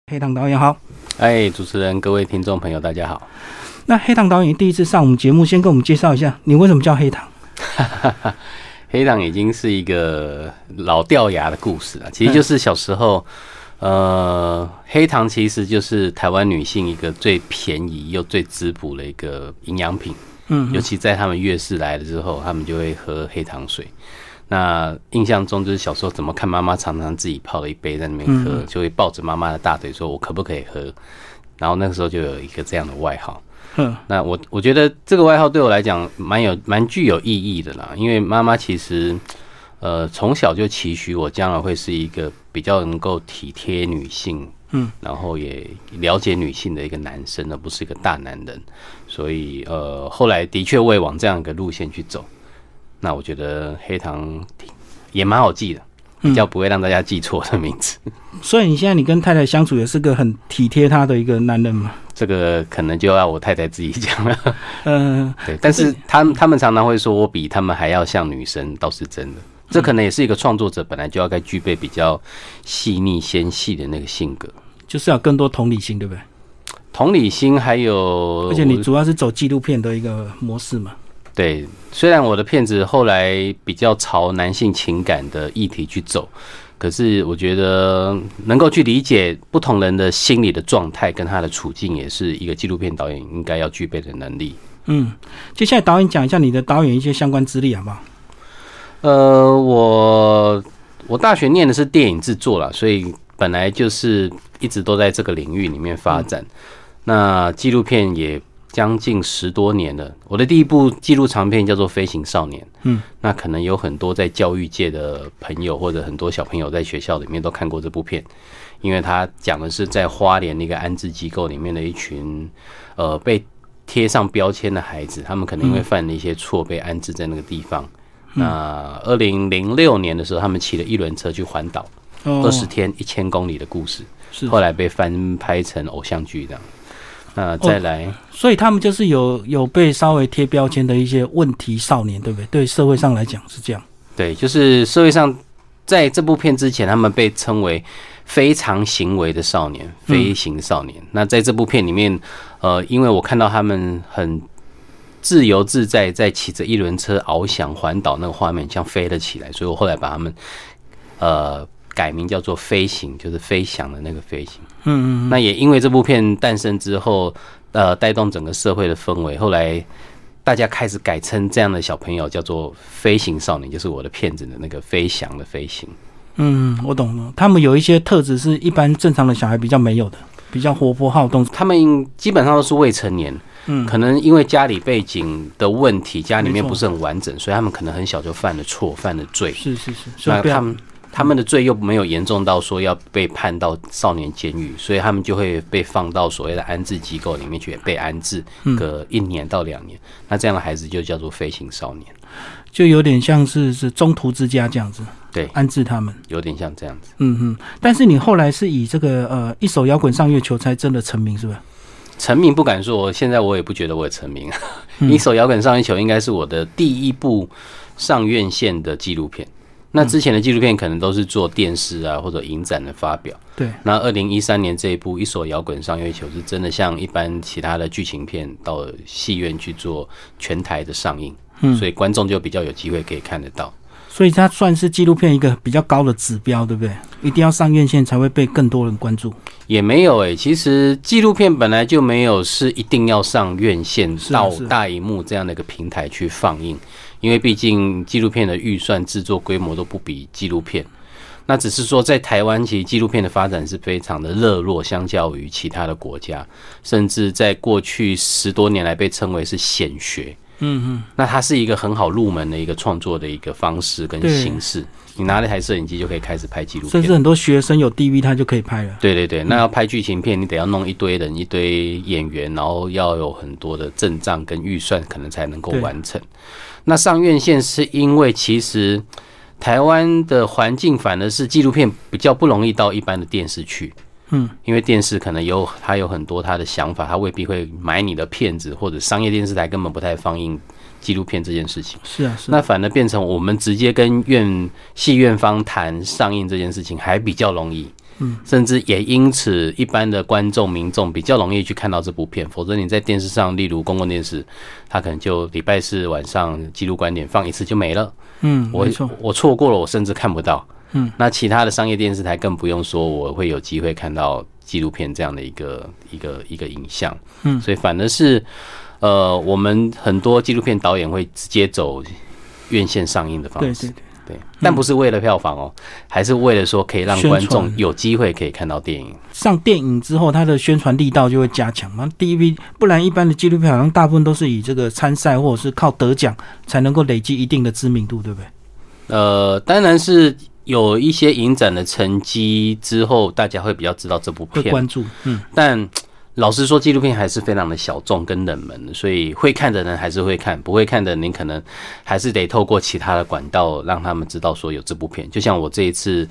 黑糖导演好。 主持人各位听众朋友大家好。 那黑糖导演第一次上我们节目，先跟我们介绍一下你为什么叫黑糖。 黑糖已经是一个老掉牙的故事了，其实就是小时候黑糖其实就是台湾女性一个最便宜又最滋补的一个营养品，尤其在他们月事来了之后，他们就会喝黑糖水。那印象中就是小时候怎么看妈妈常常自己泡了一杯在那边喝，就会抱着妈妈的大腿说我可不可以喝，然后那个时候就有一个这样的外号。那我觉得这个外号对我来讲蛮具有意义的啦，因为妈妈其实从小就期许我将来会是一个比较能够体贴女性，然后也了解女性的一个男生，而不是一个大男人。所以后来的确我也往这样一个路线去走。那我觉得黑糖也蛮好记的，比较不会让大家记错的名字。 所以你现在你跟太太相处也是个很体贴她的一个男人嘛？ 这个可能就要我太太自己讲了。对，但是他们常常会说我比他们还要像女生，倒是真的。这可能也是一个创作者本来就要该具备比较细腻纤细的那个性格， 就是要更多同理心，对不对？ 同理心还有， 而且你主要是走纪录片的一个模式嘛。 对，虽然我的片子后来比较朝男性情感的议题去走，可是我觉得能够去理解不同人的心理的状态跟他的处境，也是一个纪录片导演应该要具备的能力。 接下来导演讲一下你的导演一些相关资历好不好？ 我大学念的是电影制作啦，所以本来就是一直都在这个领域里面发展。那纪录片也将近10多年了，我的第一部纪录长片叫做《飞行少年》。那可能有很多在教育界的朋友或者很多小朋友在学校里面都看过这部片，因为他讲的是在花莲那个安置机构里面的一群被贴上标签的孩子，他们可能因为犯了一些错被安置在那个地方。那2006年的时候，他们骑了1轮车去环岛，20天1000公里的故事，后来被翻拍成偶像剧这样。那再来， 所以他们就是有被稍微贴标签的一些问题少年，对不对？对社会上来讲是这样。 对，就是社会上在这部片之前，他们被称为非常行为的少年，飞行少年。那在这部片里面，因为我看到他们很自由自在，在骑着1轮车翱翔环岛那个画面，像飞了起来，所以我后来把他们改名叫做飞行，就是飞翔的那个飞行。那也因为这部片诞生之后，带动整个社会的氛围，后来大家开始改称这样的小朋友叫做飞行少年，就是我的片子的那个飞翔的飞行。 我懂了，他们有一些特质是一般正常的小孩比较没有的，比较活泼好动。 他们基本上都是未成年，可能因为家里背景的问题，家里面不是很完整，所以他们可能很小就犯了错，犯了罪。 是， 那他们的罪又没有严重到说要被判到少年监狱，所以他们就会被放到所谓的安置机构里面去被安置个1年到2年。那这样的孩子就叫做飞行少年， 就有点像是中途之家这样子。对，安置他们，有点像这样子。 但是你后来是以这个一手摇滚上月球才真的成名，是吧？ 成名不敢说，现在我也不觉得我也成名。一手摇滚上月球应该是我的第一部上院线的纪录片。那之前的纪录片可能都是做电视啊或者影展的发表。 对。 那2013年这一部《一手摇滚上月球》是真的像一般其他的剧情片到戏院去做全台的上映，所以观众就比较有机会可以看得到。 所以它算是纪录片一个比较高的指标，对不对？一定要上院线才会被更多人关注。 也没有其实纪录片本来就没有是一定要上院线到大荧幕这样的一个平台去放映，因为毕竟纪录片的预算制作规模都不比纪录片。那只是说在台湾其实纪录片的发展是非常的热络，相较于其他的国家，甚至在过去10多年来被称为是显学。那它是一个很好入门的一个创作的一个方式跟形式，你拿了一台摄影机就可以开始拍纪录片， 甚至很多学生有 DV 他就可以拍了。 对，那要拍剧情片，你得要弄一堆人一堆演员，然后要有很多的阵仗跟预算可能才能够完成。那上院线是因为其实台湾的环境反而是纪录片比较不容易到一般的电视去。因为电视可能它有很多它的想法，它未必会买你的片子，或者商业电视台根本不太放映纪录片这件事情。 是啊， 那反而变成我们直接跟戏院方谈上映这件事情还比较容易。 甚至也因此一般的观众民众比较容易去看到这部片，否则你在电视上，例如公共电视，它可能就礼拜四晚上纪录观点放一次就没了。我错过了，我甚至看不到。那其他的商业电视台更不用说，我会有机会看到纪录片这样的一个影像。所以反而是我们很多纪录片导演会直接走院线上映的方式。对，但不是为了票房还是为了说可以让观众有机会可以看到电影。 上电影之后，它的宣传力道就会加强嘛。第一批，不然一般的纪录片好像大部分都是以这个参赛或者是靠得奖才能够累积一定的知名度，对不对？ 当然是有一些影展的成绩之后，大家会比较知道这部片， 会关注。 但老实说，纪录片还是非常的小众跟冷门的，所以会看的人还是会看，不会看的人你可能还是得透过其他的管道让他们知道说有这部片。就像我这一次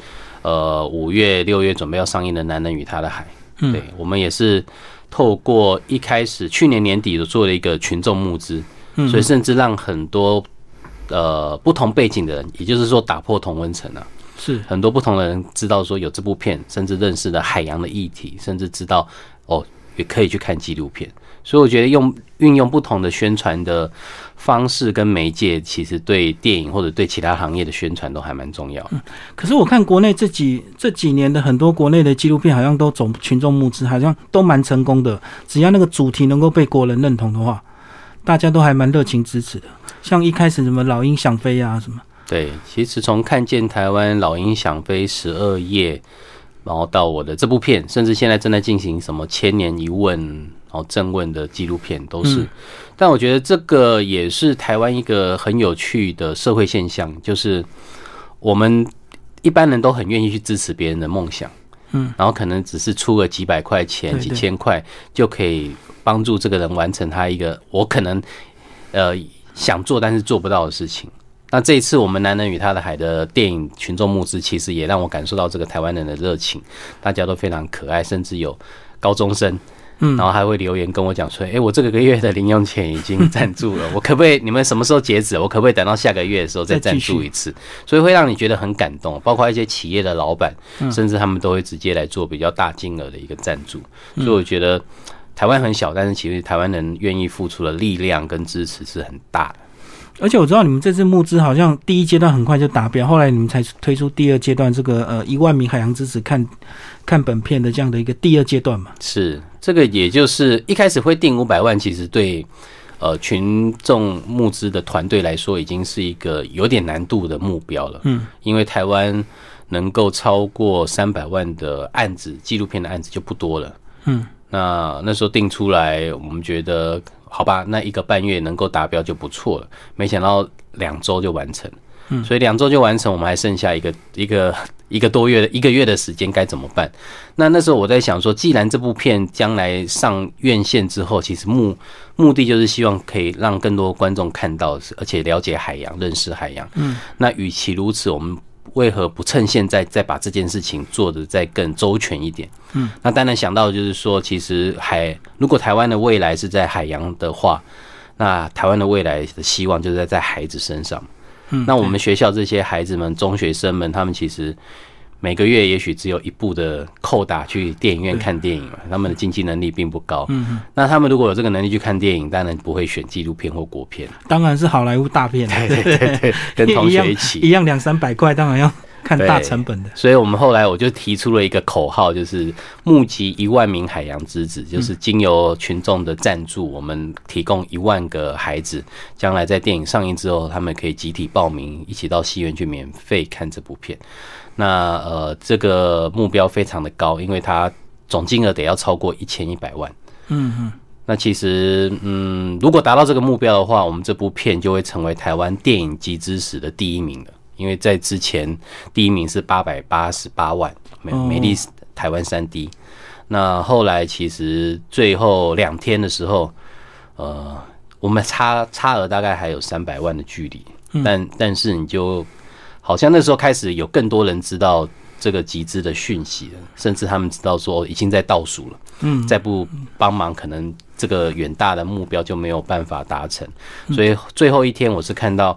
5月6月准备要上映的《男人与他的海》，对，我们也是透过一开始去年年底做了一个群众募资，所以甚至让很多不同背景的人，也就是说打破同温层啊，是很多不同的人知道说有这部片，甚至认识了海洋的议题，甚至知道也可以去看纪录片。所以我觉得运用不同的宣传的方式跟媒介，其实对电影或者对其他行业的宣传都还蛮重要。 可是我看国内这几年的很多国内的纪录片，好像都走群众募资，好像都蛮成功的。只要那个主题能够被国人认同的话，大家都还蛮热情支持的。像一开始什么老鹰想飞啊什么。 对，其实从看见台湾老鹰想飞12夜，然后到我的这部片，甚至现在正在进行什么千年一问，然后正问的纪录片都是。但我觉得这个也是台湾一个很有趣的社会现象，就是我们一般人都很愿意去支持别人的梦想，然后可能只是出个几百块钱、几千块就可以帮助这个人完成他一个我可能想做但是做不到的事情。那这一次我们《男人与他的海》的电影群众募资，其实也让我感受到这个台湾人的热情，大家都非常可爱，甚至有高中生，然后还会留言跟我讲说，我这个月的零用钱已经赞助了，我可不可以，你们什么时候截止？我可不可以等到下个月的时候再赞助一次？所以会让你觉得很感动，包括一些企业的老板，甚至他们都会直接来做比较大金额的一个赞助。所以我觉得台湾很小，但是其实台湾人愿意付出的力量跟支持是很大的。 而且我知道你们这次募资好像第一阶段很快就达标，后来你们才推出第二阶段这个1万名海洋支持看本片的这样的一个第二阶段嘛。 是，这个也就是一开始会定500万，其实对群众募资的团队来说已经是一个有点难度的目标了。因为台湾能够超过300万的案子，纪录片的案子就不多了。那时候定出来，我们觉得好吧，那1个半月能够达标就不错了。没想到2周就完成，所以2周就完成，我们还剩下一个多月的1个月的时间，该怎么办？那时候我在想说，既然这部片将来上院线之后，其实目的就是希望可以让更多观众看到，而且了解海洋、认识海洋。那与其如此，我们为何不趁现在再把这件事情做得再更周全一点？那当然想到就是说，其实如果台湾的未来是在海洋的话，那台湾的未来的希望就是在孩子身上。那我们学校这些孩子们、中学生们，他们其实每个月也许只有1部的扣打去电影院看电影嘛，他们的经济能力并不高。那他们如果有这个能力去看电影，当然不会选纪录片或国片， 当然是好莱坞大片。 对，跟同学一起一样200-300块，当然要看大成本的。 所以我们后来我就提出了一个口号，就是募集1万名海洋之子，就是经由群众的赞助，我们提供1万个孩子，将来在电影上映之后，他们可以集体报名，一起到戏院去免费看这部片。那这个目标非常的高，因为它总金额得要超过1100万。那其实如果达到这个目标的话，我们这部片就会成为台湾电影集资史的第1名了。因为在之前第1名是888万，美丽台湾3D。那后来其实最后2天的时候，我们差额大概还有300万的距离，但是你就好像那时候开始有更多人知道这个集资的讯息了，甚至他们知道说已经在倒数了，再不帮忙，可能这个远大的目标就没有办法达成。所以最后一天我是看到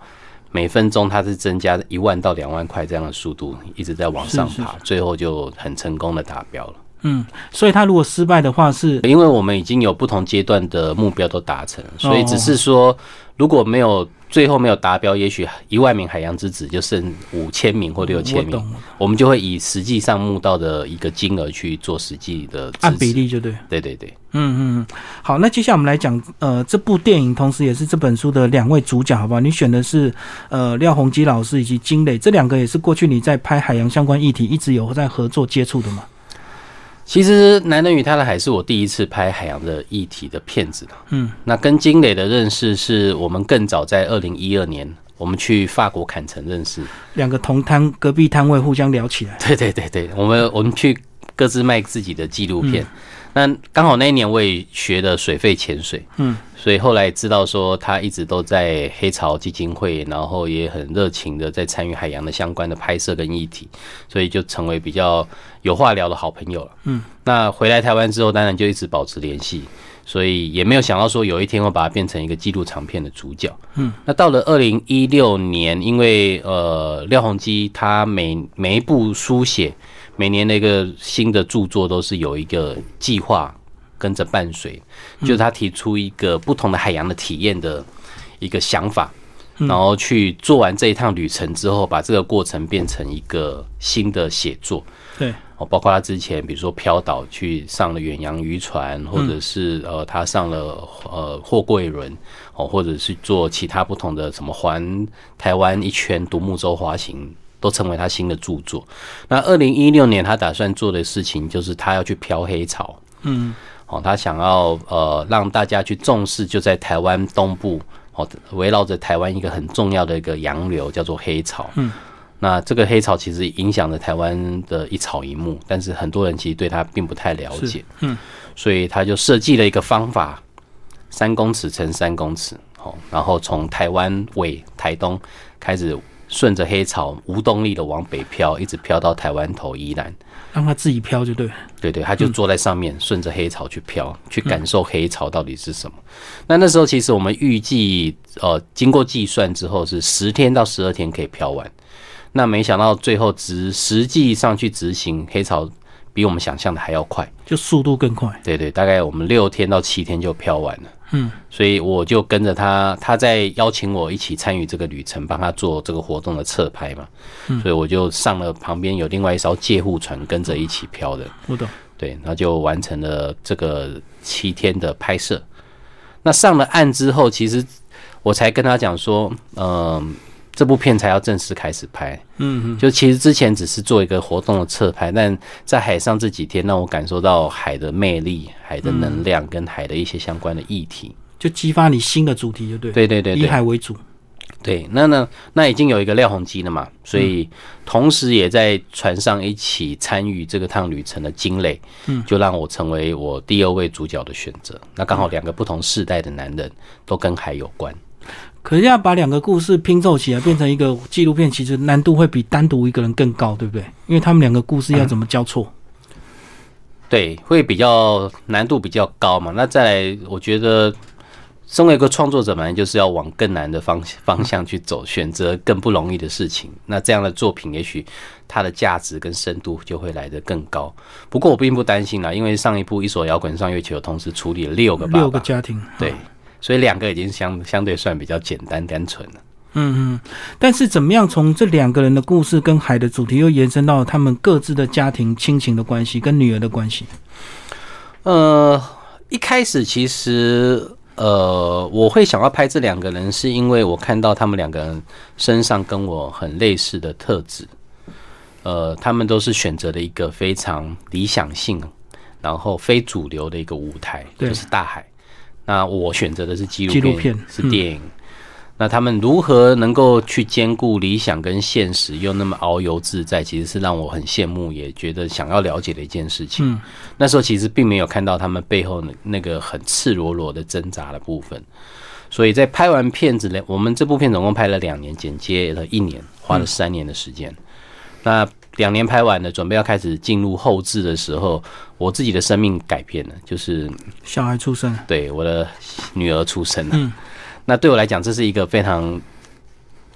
每分钟它是增加1万到2万块这样的速度，一直在往上爬，最后就很成功的达标了。 所以他如果失败的话是， 因为我们已经有不同阶段的目标都达成，所以只是说如果最后没有达标，也许1万名海洋之子就剩5000名或6000名，我们就会以实际上募到的一个金额去做实际的支持， 按比例就对。 对对对。 好，那接下来我们来讲这部电影，同时也是这本书的2位主角，好不好？你选的是廖鸿基老师以及金磊，这2个也是过去你在拍海洋相关议题一直有在合作接触的吗？ 其实《男人与他的海》是我第一次拍海洋的议题的片子。那跟金磊的认识是我们更早在2012年，我们去法国坎城认识，2个同摊隔壁摊位互相聊起来。 对对对对，我们去各自卖自己的纪录片。那刚好那一年我也学了水肺潜水，所以后来知道说他一直都在黑潮基金会，然后也很热情的在参与海洋的相关的拍摄跟议题，所以就成为比较有话聊的好朋友了。那回来台湾之后，当然就一直保持联系，所以也没有想到说有一天会把它变成一个纪录长片的主角。那到了2016年，因为廖鸿基他每一部书写，每年的一个新的著作都是有一个计划跟着伴随，就是他提出一个不同的海洋的体验的一个想法，然后去做完这一趟旅程之后，把这个过程变成一个新的写作。 对， 包括他之前比如说漂岛去上了远洋渔船，或者是他上了货柜轮，或者是做其他不同的什么环台湾一圈独木舟滑行，都成为他新的著作。那2016年他打算做的事情就是他要去漂黑潮。他想要让大家去重视，就在台湾东部，围绕着台湾一个很重要的一个洋流叫做黑潮。那这个黑潮其实影响了台湾的一草一木，但是很多人其实对它并不太了解。所以他就设计了一个方法，3公尺乘3公尺，然后从台湾尾台东开始顺着黑潮无动力的往北漂，一直漂到台湾头宜兰， 让他自己漂就对。 对对，他就坐在上面，顺着黑潮去漂，去感受黑潮到底是什么。那时候其实我们预计经过计算之后是10天到12天可以漂完，那没想到最后实际上去执行，黑潮比我们想象的还要快， 就速度更快。 对对，大概我们6天到7天就漂完了。所以我就跟着他在邀请我一起参与这个旅程，帮他做这个活动的侧拍嘛。所以我就上了旁边有另外一艘借护船跟着一起漂的。 我懂。 对，然后就完成了这个7天的拍摄。那上了岸之后，其实我才跟他讲说，这部片才要正式开始拍。就其实之前只是做一个活动的侧拍，但在海上这几天让我感受到海的魅力、海的能量跟海的一些相关的议题， 就激发你新的主题，就对。 对对对对， 以海为主。 对，那已经有一个廖鸿基了嘛，所以同时也在船上一起参与这个趟旅程的金磊，就让我成为我第2位主角的选择。那刚好2个不同世代的男人都跟海有关。 可是要把2个故事拼凑起来变成一个纪录片，其实难度会比单独一个人更高，对不对？因为他们2个故事要怎么交错？ 对，会难度比较高嘛。那再来，我觉得身为一个创作者，本来就是要往更难的方向去走，选择更不容易的事情。那这样的作品，也许它的价值跟深度就会来得更高。不过我并不担心啦，因为上一部《一所摇滚上月球》同时处理了6个爸爸 ，6个家庭， 对，所以2个已经相对算比较简单单纯了。 但是怎么样从这2个人的故事跟海的主题又延伸到他们各自的家庭亲情的关系跟女儿的关系？ 一开始其实我会想要拍这2个人，是因为我看到他们2个人身上跟我很类似的特质。他们都是选择了一个非常理想性，然后非主流的一个舞台，就是大海。那我选择的是纪录片，是电影。那他们如何能够去兼顾理想跟现实，又那么遨游自在，其实是让我很羡慕，也觉得想要了解的一件事情。那时候其实并没有看到他们背后那个很赤裸裸的挣扎的部分。所以在拍完片子，我们这部片总共拍了2年，剪接了1年，花了3年的时间。那2年拍完了，准备要开始进入后制的时候，我自己的生命改变了，就是小孩出生， 对，我的女儿出生了。那对我来讲，这是一个非常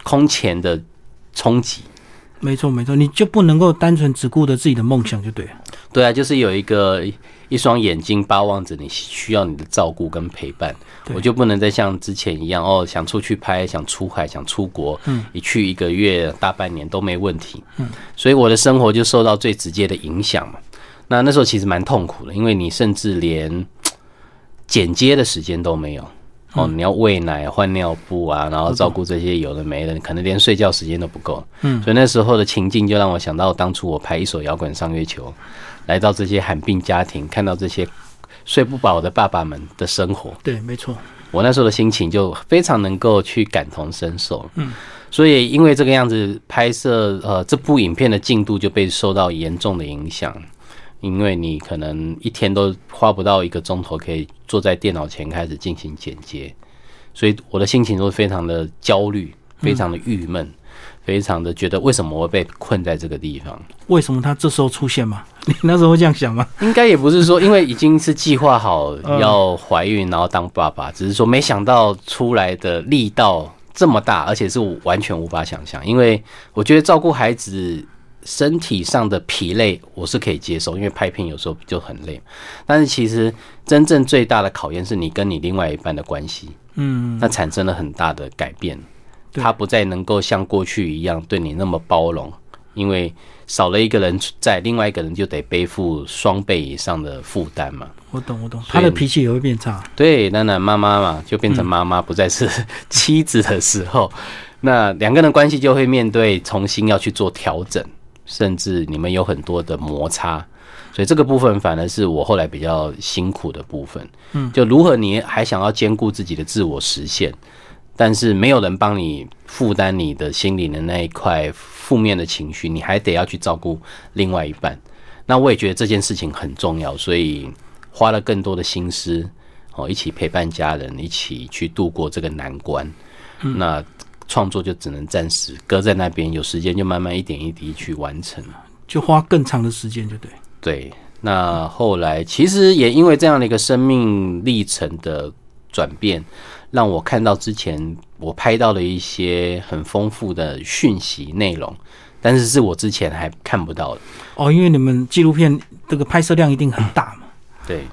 空前的冲击。 没错没错，你就不能够单纯只顾着自己的梦想就对了。 对啊，就是有一双眼睛巴望着你，需要你的照顾跟陪伴。我就不能再像之前一样想出去拍，想出海，想出国，一去1个月、大半年都没问题。所以我的生活就受到最直接的影响嘛。那时候其实蛮痛苦的，因为你甚至连剪接的时间都没有。你要喂奶、换尿布啊，然后照顾这些有的没的，可能连睡觉时间都不够。所以那时候的情境就让我想到当初我拍一首摇滚上月球，来到这些罕病家庭，看到这些睡不饱的爸爸们的生活。 对，没错。 我那时候的心情就非常能够去感同身受。所以因为这个样子拍摄这部影片的进度就被受到严重的影响。因为你可能一天都花不到1个钟头可以坐在电脑前开始进行剪接，所以我的心情都非常的焦虑，非常的郁闷，非常的觉得为什么我会被困在这个地方？ 为什么他这时候出现嘛？你那时候会这样想吗？ 应该也不是说，因为已经是计划好要怀孕然后当爸爸，只是说没想到出来的力道这么大，而且是我完全无法想象。因为我觉得照顾孩子身体上的疲累我是可以接受，因为拍片有时候就很累，但是其实真正最大的考验是你跟你另外一半的关系，那产生了很大的改变，他不再能够像过去一样对你那么包容，因为少了一个人在，另外一个人就得背负双倍以上的负担嘛。 我懂，他的脾气也会变差。 对，当然妈妈嘛，就变成妈妈不再是妻子的时候，那两个人的关系就会面对重新要去做调整，甚至你们有很多的摩擦，所以这个部分反而是我后来比较辛苦的部分。就如何你还想要兼顾自己的自我实现，但是没有人帮你负担你的心灵的那一块负面的情绪，你还得要去照顾另外一半。那我也觉得这件事情很重要，所以花了更多的心思，一起陪伴家人，一起去度过这个难关。那创作就只能暂时搁在那边，有时间就慢慢一点一滴去完成， 就花更长的时间就对。 对，那后来其实也因为这样的一个生命历程的转变，让我看到之前我拍到的一些很丰富的讯息内容，但是是我之前还看不到的。 因为你们纪录片这个拍摄量一定很大嘛。 对，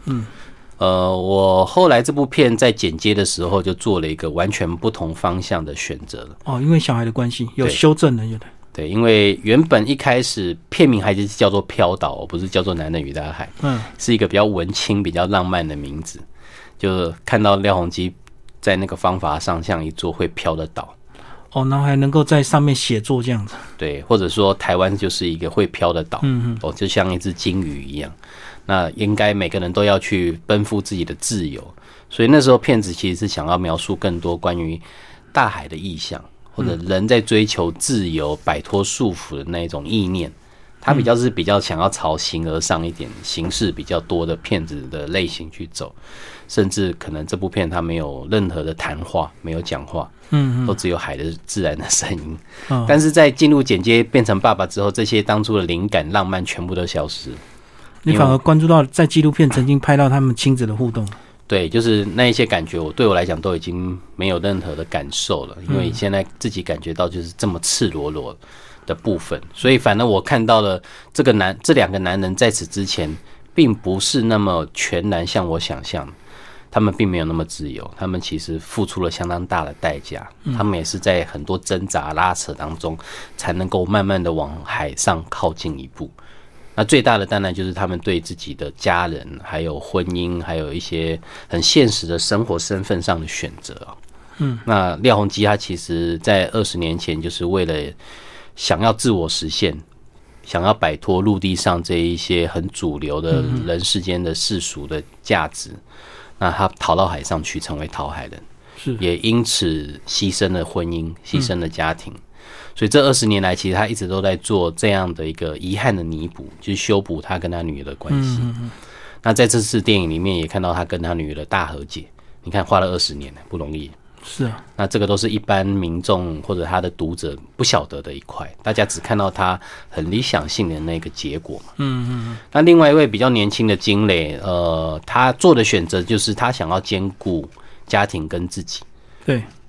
我后来这部片在剪接的时候就做了一个完全不同方向的选择了。因为小孩的关系有修正了， 对，因为原本一开始片名还是叫做《飘岛》，不是叫做《男人与大海》，是一个比较文青、比较浪漫的名字。就看到廖鸿基在那个方法上像一座会飘的岛。 然后还能够在上面写作这样子。 对，或者说台湾就是一个会飘的岛，就像一只鲸鱼一样。那应该每个人都要去奔赴自己的自由，所以那时候片子其实是想要描述更多关于大海的意象，或者人在追求自由、摆脱束缚的那种意念。它比较想要朝形而上一点，形式比较多的片子的类型去走，甚至可能这部片它没有任何的谈话，没有讲话，都只有海的自然的声音。但是在进入剪接变成爸爸之后，这些当初的灵感、浪漫全部都消失了。 你反而关注到在纪录片曾经拍到他们亲子的互动。 对，就是那一些感觉，对我来讲都已经没有任何的感受了，因为现在自己感觉到就是这么赤裸裸的部分，所以反而我看到了这两个男人在此之前并不是那么全然像我想象的，他们并没有那么自由，他们其实付出了相当大的代价，他们也是在很多挣扎拉扯当中才能够慢慢的往海上靠近一步。那最大的当然就是他们对自己的家人还有婚姻还有一些很现实的生活身份上的选择。那廖鸿基他其实在20年前就是为了想要自我实现，想要摆脱陆地上这一些很主流的人世间的世俗的价值，那他逃到海上去成为讨海人，也因此牺牲了婚姻，牺牲了家庭。所以这20年来其实他一直都在做这样的一个遗憾的弥补，就是修补他跟他女儿的关系。那在这次电影里面也看到他跟他女儿的大和解，你看花了20年不容易。 是啊， 那这个都是一般民众或者他的读者不晓得的一块，大家只看到他很理想性的那个结果嘛。那另外一位比较年轻的金磊，他做的选择就是他想要兼顾家庭跟自己。 对，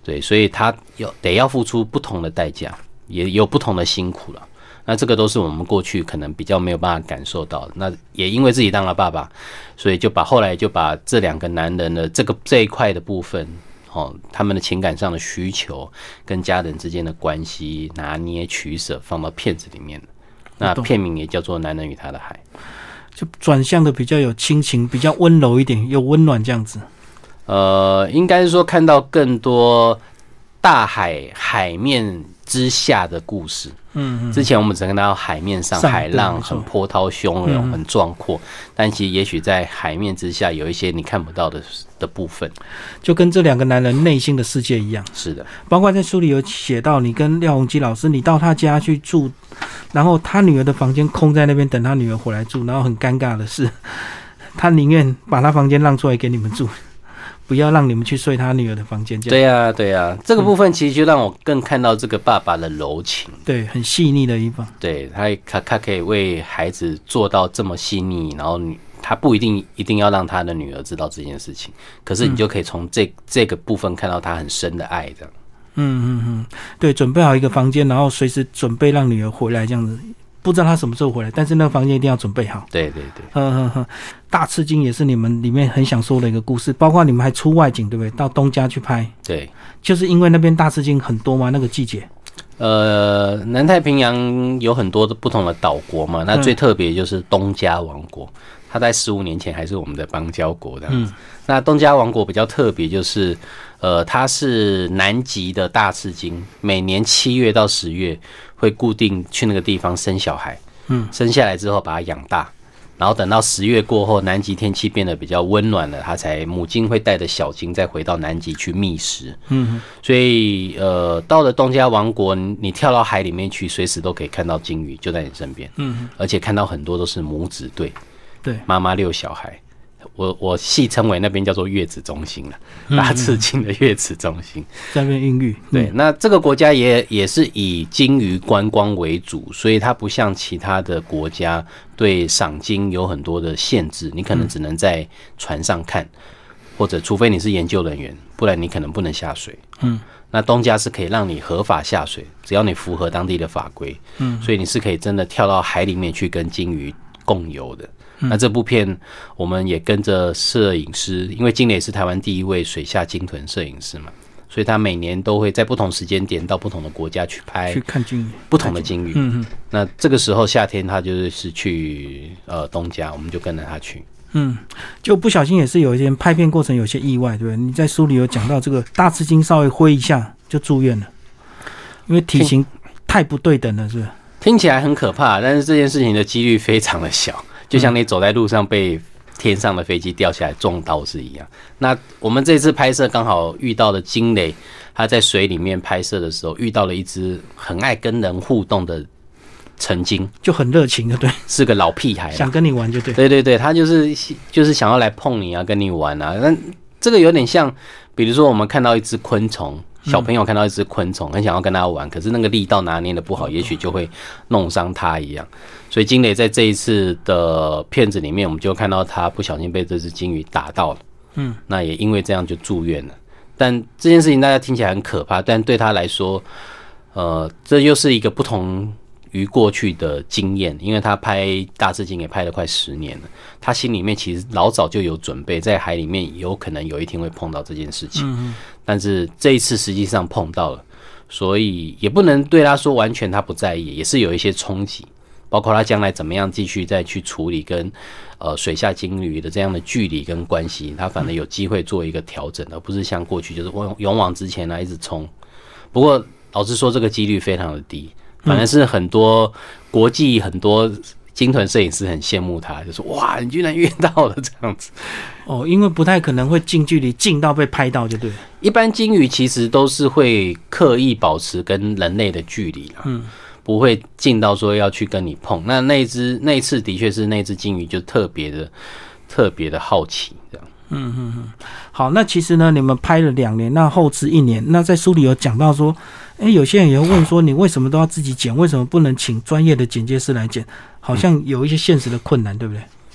对，所以他得要付出不同的代价，也有不同的辛苦了。那这个都是我们过去可能比较没有办法感受到的。那也因为自己当了爸爸，所以后来就把这两个男人的这一块的部分，他们的情感上的需求跟家人之间的关系拿捏取舍放到片子里面。那片名也叫做《男人与他的海》， 就转向的比较有亲情，比较温柔一点，有温暖这样子。 应该是说看到更多大海面之下的故事。之前我们只看到海面上海浪很波涛汹涌，很壮阔，但其实也许在海面之下有一些你看不到的部分，就跟这两个男人内心的世界一样。 是的， 包括在书里有写到，你跟廖鸿基老师，你到他家去住，然后他女儿的房间空在那边等他女儿回来住，然后很尴尬的是，他宁愿把他房间让出来给你们住，不要让你们去睡他女儿的房间。 对啊，对啊，这个部分其实就让我更看到这个爸爸的柔情， 对，很细腻的一方。 对，他可以为孩子做到这么细腻，然后他不一定要让他的女儿知道这件事情，可是你就可以从这个部分看到他很深的爱，这样。 对，准备好一个房间，然后随时准备让女儿回来这样子。不知道他什么时候回来，但是那个房间一定要准备好。 对对对。 大赤金也是你们里面很想说的一个故事，包括你们还出外景，对不对？到东家去拍。 对， 就是因为那边大赤金很多嘛，那个季节。 南太平洋有很多的不同的岛国嘛，那最特别就是东家王国，它在15年前还是我们的邦交国这样子。那东家王国比较特别，就是它是南极的大赤金，每年7月到10月会固定去那个地方生小孩，生下来之后把它养大，然后等到10月过后，南极天气变得比较温暖了，它才母鲸会带着小鲸再回到南极去觅食。所以到了东家王国，你跳到海里面去，随时都可以看到鲸鱼就在你身边，而且看到很多都是母子队，对，妈妈遛小孩。我戏称为那边叫做月子中心了，大赤金的月子中心在那边孕育。 对，那这个国家也是以鲸鱼观光为主，所以它不像其他的国家对赏鲸有很多的限制，你可能只能在船上看，或者除非你是研究人员，不然你可能不能下水。那东家是可以让你合法下水，只要你符合当地的法规。所以你是可以真的跳到海里面去跟鲸鱼共游的。那这部片我们也跟着摄影师，因为金磊是台湾第一位水下鲸豚摄影师嘛，所以他每年都会在不同时间点到不同的国家去拍， 去看鲸鱼， 不同的鲸鱼。那这个时候夏天他就是去东家，我们就跟着他去。 就不小心也是有一些拍片过程有些意外，对不对？你在书里有讲到这个大赤金稍微挥一下就住院了，因为体型太不对等了，是不是？ 听起来很可怕，但是这件事情的几率非常的小。就像你走在路上被天上的飞机掉下来撞到是一样。那我们这次拍摄刚好遇到的金磊，他在水里面拍摄的时候遇到了一只很爱跟人互动的成鲸， 就很热情的，对， 是个老屁孩， 想跟你玩就对。 对对对，他就是想要来碰你啊，跟你玩啊。那这个有点像，比如说我们看到一只昆虫。小朋友看到一只昆虫，很想要跟他玩，可是那个力道拿捏的不好，也许就会弄伤他一样。所以金磊在这一次的片子里面，我们就看到他不小心被这只鲸鱼打到了，那也因为这样就住院了。但这件事情大家听起来很可怕，但对他来说，这又是一个不同于过去的经验，因为他拍大赤金也拍了快10年了，他心里面其实老早就有准备，在海里面有可能有一天会碰到这件事情，但是这一次实际上碰到了，所以也不能对他说完全他不在意，也是有一些冲击，包括他将来怎么样继续再去处理跟水下鲸鱼的这样的距离跟关系，他反而有机会做一个调整，而不是像过去就是勇往直前一直冲。不过老实说，这个几率非常的低。反而是很多国际很多鲸豚摄影师很羡慕他，就说哇，你居然遇到了这样子。 因为不太可能会近距离近到被拍到，就对了。 一般鲸鱼其实都是会刻意保持跟人类的距离啦，不会近到说要去跟你碰。那一次的确是那只鲸鱼就特别的好奇这样。 好，那其实呢，你们拍了2年，那后置1年，那在书里有讲到说，有些人也会问说，你为什么都要自己剪？为什么不能请专业的剪接师来剪？好像有一些现实的困难，对不对？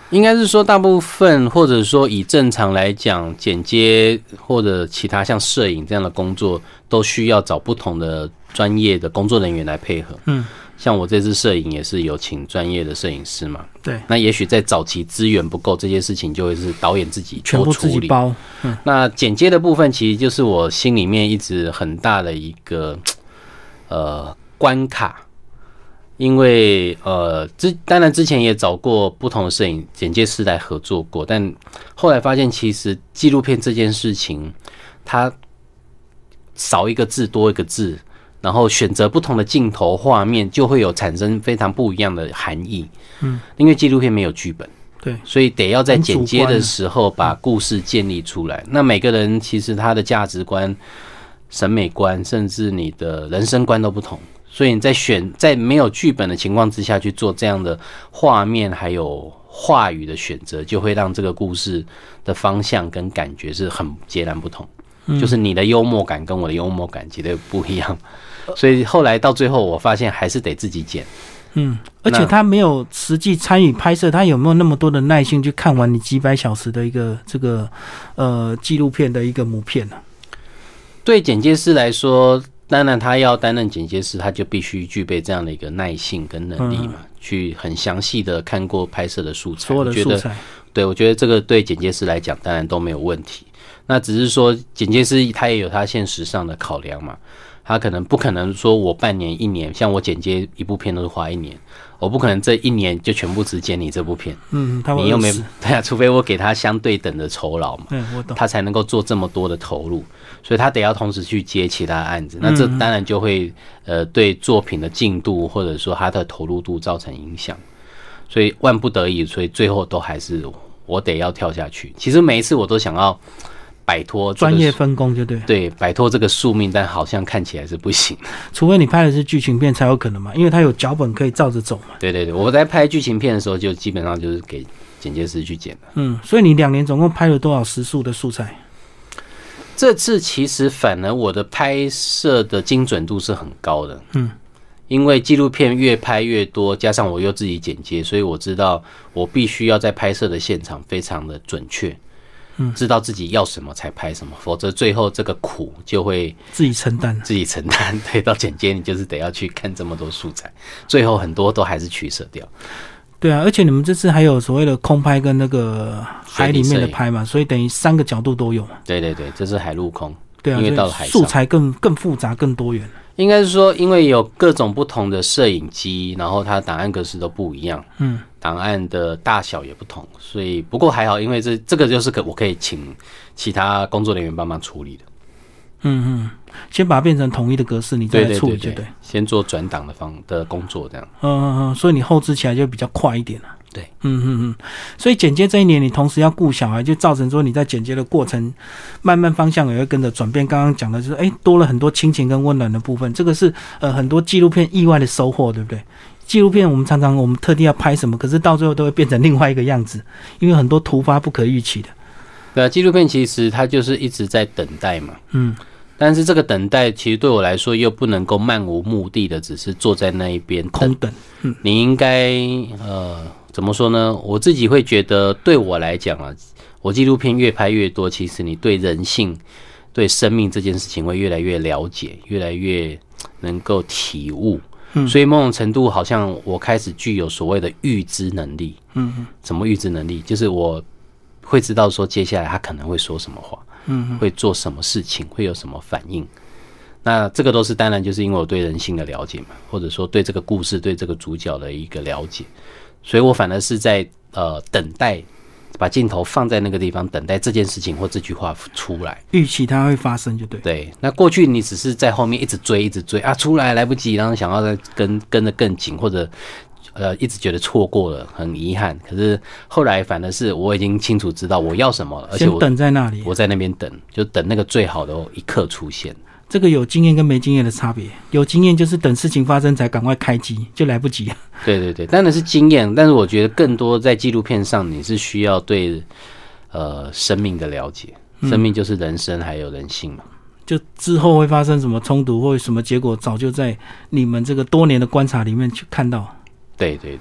应该是说大部分，或者说以正常来讲，剪接或者其他像摄影这样的工作，都需要找不同的专业的工作人员来配合。像我这次摄影也是有请专业的摄影师嘛。 对。 那也许在早期资源不够，这些事情就会是导演自己全部自己包。 那剪接的部分，其实就是我心里面一直很大的一个关卡。因为当然之前也找过不同的摄影剪接师来合作过，但后来发现其实纪录片这件事情，它少一个字多一个字，然后选择不同的镜头画面，就会有产生非常不一样的含义。因为纪录片没有剧本， 对， 所以得要在剪接的时候把故事建立出来。那每个人其实他的价值观、审美观，甚至你的人生观都不同。所以你在没有剧本的情况之下去做这样的画面还有话语的选择，就会让这个故事的方向跟感觉是很截然不同。就是你的幽默感跟我的幽默感绝对不一样。所以后来到最后，我发现还是得自己剪。 而且他没有实际参与拍摄，他有没有那么多的耐心去看完你几百小时的一个这个纪录片的一个母片呢？ 对剪接师来说，当然他要担任剪接师，他就必须具备这样的一个耐性跟能力嘛，去很详细的看过拍摄的素材， 所有的素材。 对，我觉得这个对剪接师来讲当然都没有问题。那只是说剪接师他也有他现实上的考量嘛，他不可能说我半年一年，像我剪接一部片都是花1年，我不可能这1年就全部只剪你这部片。你又没对啊，除非我给他相对等的酬劳嘛， 我懂， 他才能够做这么多的投入，所以他得要同时去接其他案子，那这当然就会对作品的进度或者说他的投入度造成影响，所以万不得已，所以最后都还是我得要跳下去。其实每一次我都想要摆脱专业分工，就对， 摆脱这个宿命，但好像看起来是不行。 除非你拍的是剧情片才有可能嘛，因为它有脚本可以照着走嘛。 对，我在拍剧情片的时候，就基本上就是给剪接师去剪了。 所以你2年总共拍了多少时数的素材？ 这次其实反而我的拍摄的精准度是很高的。因为纪录片越拍越多，加上我又自己剪接，所以我知道我必须要在拍摄的现场非常的准确。知道自己要什么才拍什么，否则最后这个苦就会自己承担。 对，到剪接你就是得要去看这么多素材，最后很多都还是取舍掉。 对啊，而且你们这次还有所谓的空拍跟那个海里面的拍嘛，所以等于3个角度都有。 对，这是海陆空。 对啊， 因为到了海上素材更复杂更多元。 应该是说，因为有各种不同的摄影机，然后它档案格式都不一样，档案的大小也不同，所以不过还好，因为这个就是我可以请其他工作人员帮忙处理的。 先把它变成统一的格式，你再来处理就对。 先做转档的工作这样。 所以你后置起来就比较快一点了。 对， 所以剪接这1年，你同时要顾小孩，就造成说你在剪接的过程，慢慢方向也会跟着转变。刚刚讲的就是，多了很多亲情跟温暖的部分，这个是很多纪录片意外的收获，对不对？纪录片我们常常特地要拍什么，可是到最后都会变成另外一个样子，因为很多突发不可预期的。 对啊，纪录片其实它就是一直在等待嘛。但是这个等待其实对我来说又不能够漫无目的的只是坐在那一边空等。 你应该怎么说呢？我自己会觉得，对我来讲啊，我纪录片越拍越多，其实你对人性、对生命这件事情会越来越了解，越来越能够体悟。所以某种程度，好像我开始具有所谓的预知能力。什么预知能力？就是我会知道说接下来他可能会说什么话，会做什么事情，会有什么反应。那这个都是当然就是因为我对人性的了解嘛，或者说对这个故事、对这个主角的一个了解。所以我反而是在等待，把镜头放在那个地方，等待这件事情或这句话出来， 预期它会发生就对。 对，那过去你只是在后面一直追啊，出来来不及，然后想要再跟得更紧，或者一直觉得错过了，很遗憾。可是后来反而是我已经清楚知道我要什么了，而且我先等在那里， 我在那边等，就等那个最好的一刻出现。 这个有经验跟没经验的差别，有经验就是等事情发生才赶快开机，就来不及了。 对，当然是经验，但是我觉得更多在纪录片上，你是需要对生命的了解，生命就是人生还有人性嘛。 就之后会发生什么冲突或什么结果，早就在你们这个多年的观察里面去看到。 对，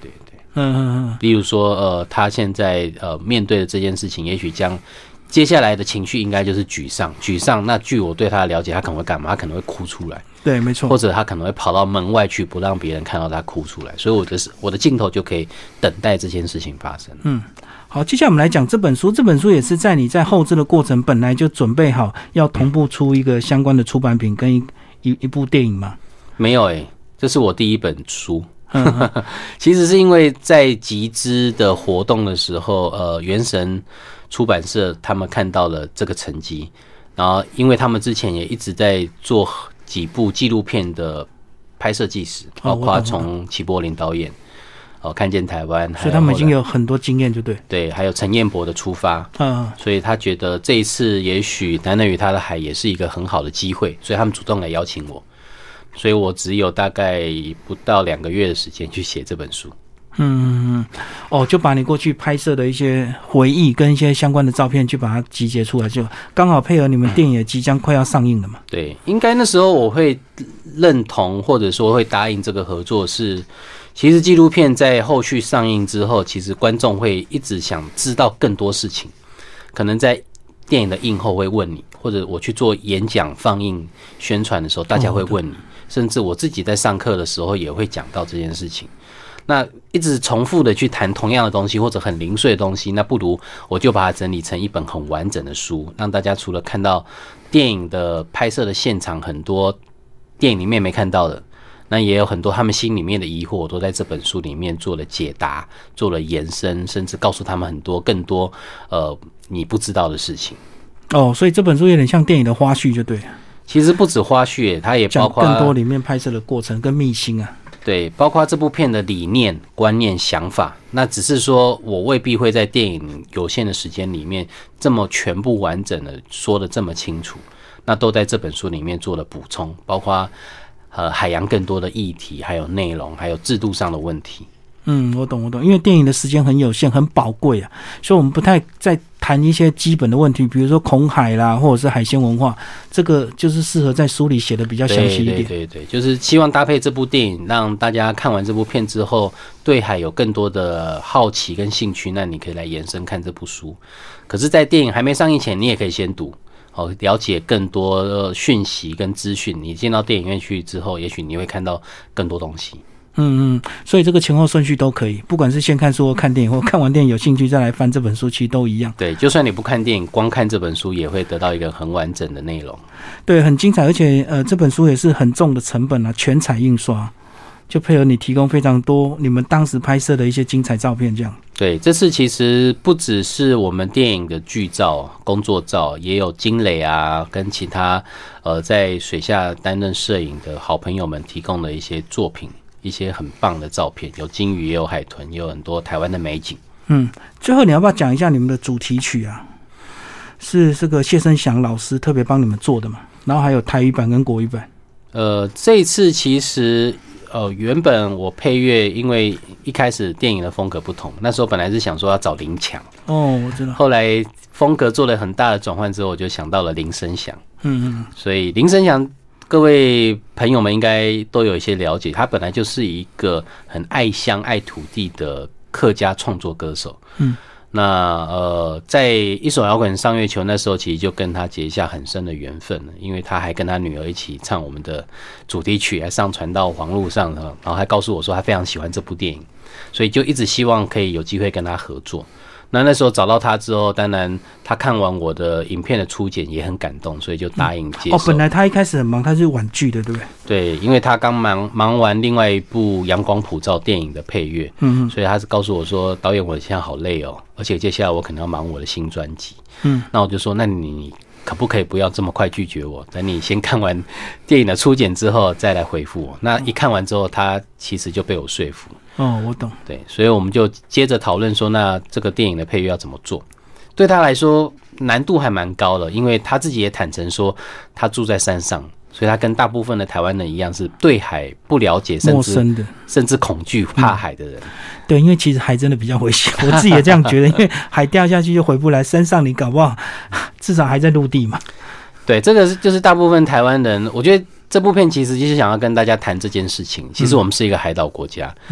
例如说他现在面对的这件事情，也许接下来的情绪应该就是沮丧。那据我对他的了解，他可能会干嘛？他可能会哭出来， 对，没错， 或者他可能会跑到门外去，不让别人看到他哭出来。所以我的镜头就可以等待这件事情发生。 好，接下来我们来讲这本书。这本书也是在你在后制的过程，本来就准备好要同步出一个相关的出版品跟一部电影吗？ 没有这是我第一本书。其实是因为在集资的活动的时候，原神出版社他们看到了这个成绩，然后因为他们之前也一直在做几部纪录片的拍摄纪实，包括从齐柏林导演看见台湾， 所以他们已经有很多经验，就对，还有陈彦博的出发，所以他觉得这一次也许男人与他的海也是一个很好的机会，所以他们主动来邀请我。所以我只有大概不到2个月的时间去写这本书。 就把你过去拍摄的一些回忆跟一些相关的照片去把它集结出来，就刚好配合你们电影也即将快要上映了嘛。 对，应该那时候我会认同或者说会答应这个合作是，其实纪录片在后续上映之后，其实观众会一直想知道更多事情，可能在电影的映后会问你，或者我去做演讲放映宣传的时候，大家会问你，甚至我自己在上课的时候也会讲到这件事情。那一直重复的去谈同样的东西或者很零碎的东西，那不如我就把它整理成一本很完整的书，让大家除了看到电影的拍摄的现场，很多电影里面没看到的，那也有很多他们心里面的疑惑，我都在这本书里面做了解答，做了延伸，甚至告诉他们很多更多你不知道的事情。 所以这本书有点像电影的花絮就对了。 其实不止花絮，它也包括讲更多里面拍摄的过程跟秘辛啊。 对，包括这部片的理念、观念、想法，那只是说我未必会在电影有限的时间里面这么全部完整的说的这么清楚，那都在这本书里面做了补充，包括海洋更多的议题，还有内容，还有制度上的问题。 我懂，因为电影的时间很有限，很宝贵啊，所以我们不太在谈一些基本的问题，比如说孔海啦，或者是海鲜文化，这个就是适合在书里写的比较详细一点。 对，就是希望搭配这部电影，让大家看完这部片之后，对海有更多的好奇跟兴趣，那你可以来延伸看这部书。可是，在电影还没上映前，你也可以先读，了解更多讯息跟资讯。你进到电影院去之后，也许你会看到更多东西。 所以这个前后顺序都可以，不管是先看书或看电影，或看完电影有兴趣再来翻这本书，其实都一样。 对，就算你不看电影，光看这本书也会得到一个很完整的内容。 对，很精彩，而且这本书也是很重的成本啊，全彩印刷，就配合你提供非常多你们当时拍摄的一些精彩照片，这样。 对，这次其实不只是我们电影的剧照、工作照，也有金磊啊，跟其他在水下担任摄影的好朋友们提供的一些作品。一些很棒的照片，有鲸鱼，也有海豚，也有很多台湾的美景。 最后你要不要讲一下你们的主题曲啊？是这个谢生祥老师特别帮你们做的嘛？然后还有台语版跟国语版。 这一次其实原本我配乐，因为一开始电影的风格不同，那时候本来是想说要找林强。 我知道。 后来风格做了很大的转换之后，我就想到了林生祥。所以林生祥。各位朋友们应该都有一些了解，他本来就是一个很爱乡爱土地的客家创作歌手。那在一首摇滚上月球那时候，其实就跟他结下很深的缘分了，因为他还跟他女儿一起唱我们的主题曲，还上传到网络上，然后还告诉我说他非常喜欢这部电影，所以就一直希望可以有机会跟他合作。那时候找到他之后，当然他看完我的影片的初剪也很感动，所以就答应接受。 本来他一开始很忙，他是婉拒的，对不对？ 对，因为他刚忙完另外一部《阳光普照》电影的配乐，所以他是告诉我说：“导演，我现在好累哦，而且接下来我可能要忙我的新专辑。”那我就说：“那你可不可以不要这么快拒绝我？等你先看完电影的初剪之后再来回复我。”那一看完之后，他其实就被我说服。 我懂。 对，所以我们就接着讨论说，那这个电影的配乐要怎么做？对他来说难度还蛮高的，因为他自己也坦诚说，他住在山上，所以他跟大部分的台湾人一样，是对海不了解，甚至恐惧、怕海的人。 对，因为其实海真的比较危险，我自己也这样觉得，因为海掉下去就回不来，山上你搞不好至少还在陆地嘛。 对，这个就是大部分台湾人，我觉得这部片其实就是想要跟大家谈这件事情。其实我们是一个海岛国家。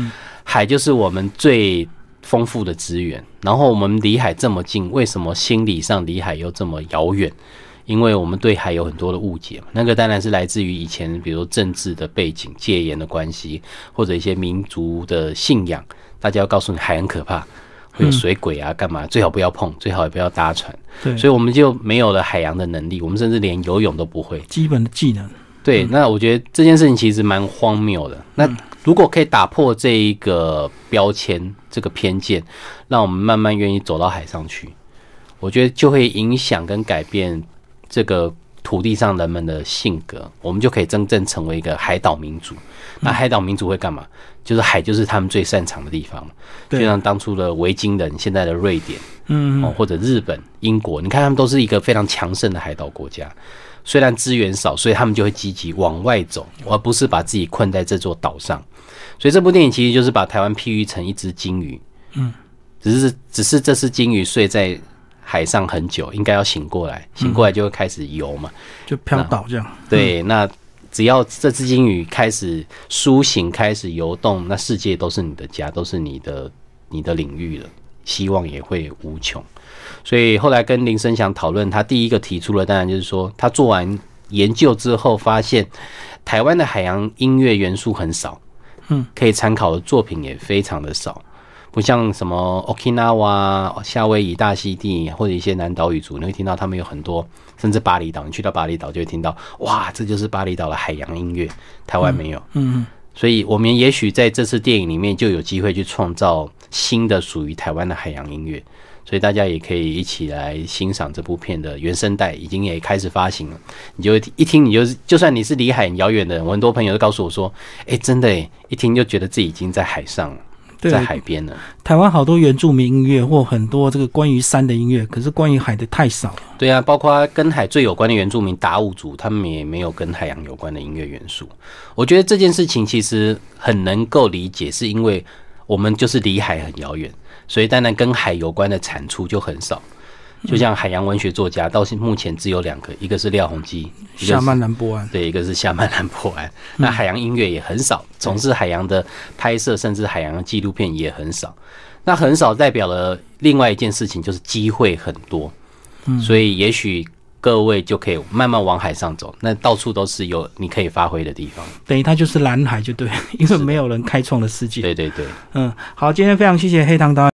海就是我们最丰富的资源，然后我们离海这么近，为什么心理上离海又这么遥远？因为我们对海有很多的误解嘛，那个当然是来自于以前比如政治的背景、戒严的关系，或者一些民族的信仰，大家要告诉你海很可怕，会有水鬼啊干嘛，最好不要碰，最好也不要搭船。对，所以我们就没有了海洋的能力，我们甚至连游泳都不会， 基本的技能。 对，那我觉得这件事情其实蛮荒谬的。那如果可以打破这一个标签、这个偏见，让我们慢慢愿意走到海上去，我觉得就会影响跟改变这个土地上人们的性格，我们就可以真正成为一个海岛民族。那海岛民族会干嘛？就是海就是他们最擅长的地方，就像当初的维京人，现在的瑞典，或者日本、英国，你看他们都是一个非常强盛的海岛国家。虽然资源少，所以他们就会积极往外走，而不是把自己困在这座岛上。所以这部电影其实就是把台湾譬喻成一只鲸鱼，只是这只鲸鱼睡在海上很久，应该要醒过来，醒过来就会开始游嘛， 就飘岛这样。 对，那只要这只鲸鱼开始苏醒，开始游动，那世界都是你的家，都是你的领域了，希望也会无穷。所以后来跟林生祥讨论，他第一个提出了，当然就是说，他做完研究之后发现，台湾的海洋音乐元素很少，可以参考的作品也非常的少。不像什么 Okinawa、夏威夷、大溪地或者一些南岛语族，你会听到他们有很多，甚至巴厘岛，你去到巴厘岛就会听到，哇，这就是巴厘岛的海洋音乐，台湾没有。所以我们也许在这次电影里面就有机会去创造新的属于台湾的海洋音乐，所以大家也可以一起来欣赏这部片的原声带，已经也开始发行了。你就一听，就算你是离海很遥远的人，我很多朋友都告诉我说，真的一听就觉得自己已经在海上了。在海边呢， 台湾好多原住民音乐或很多这个关于山的音乐，可是关于海的太少了。 对啊，包括跟海最有关的原住民达悟族，他们也没有跟海洋有关的音乐元素。我觉得这件事情其实很能够理解，是因为我们就是离海很遥远，所以当然跟海有关的产出就很少。就像海洋文学作家，到目前只有2个，一个是廖鸿基， 夏曼兰波安， 对，一个是夏曼兰波安。那海洋音乐也很少，从事海洋的拍摄，甚至海洋的纪录片也很少。那很少代表了另外一件事情，就是机会很多。所以也许各位就可以慢慢往海上走，那到处都是有你可以发挥的地方。 等于它就是蓝海就对，因为没有人开创的世界。 对对对， 好，今天非常谢谢黑糖导演。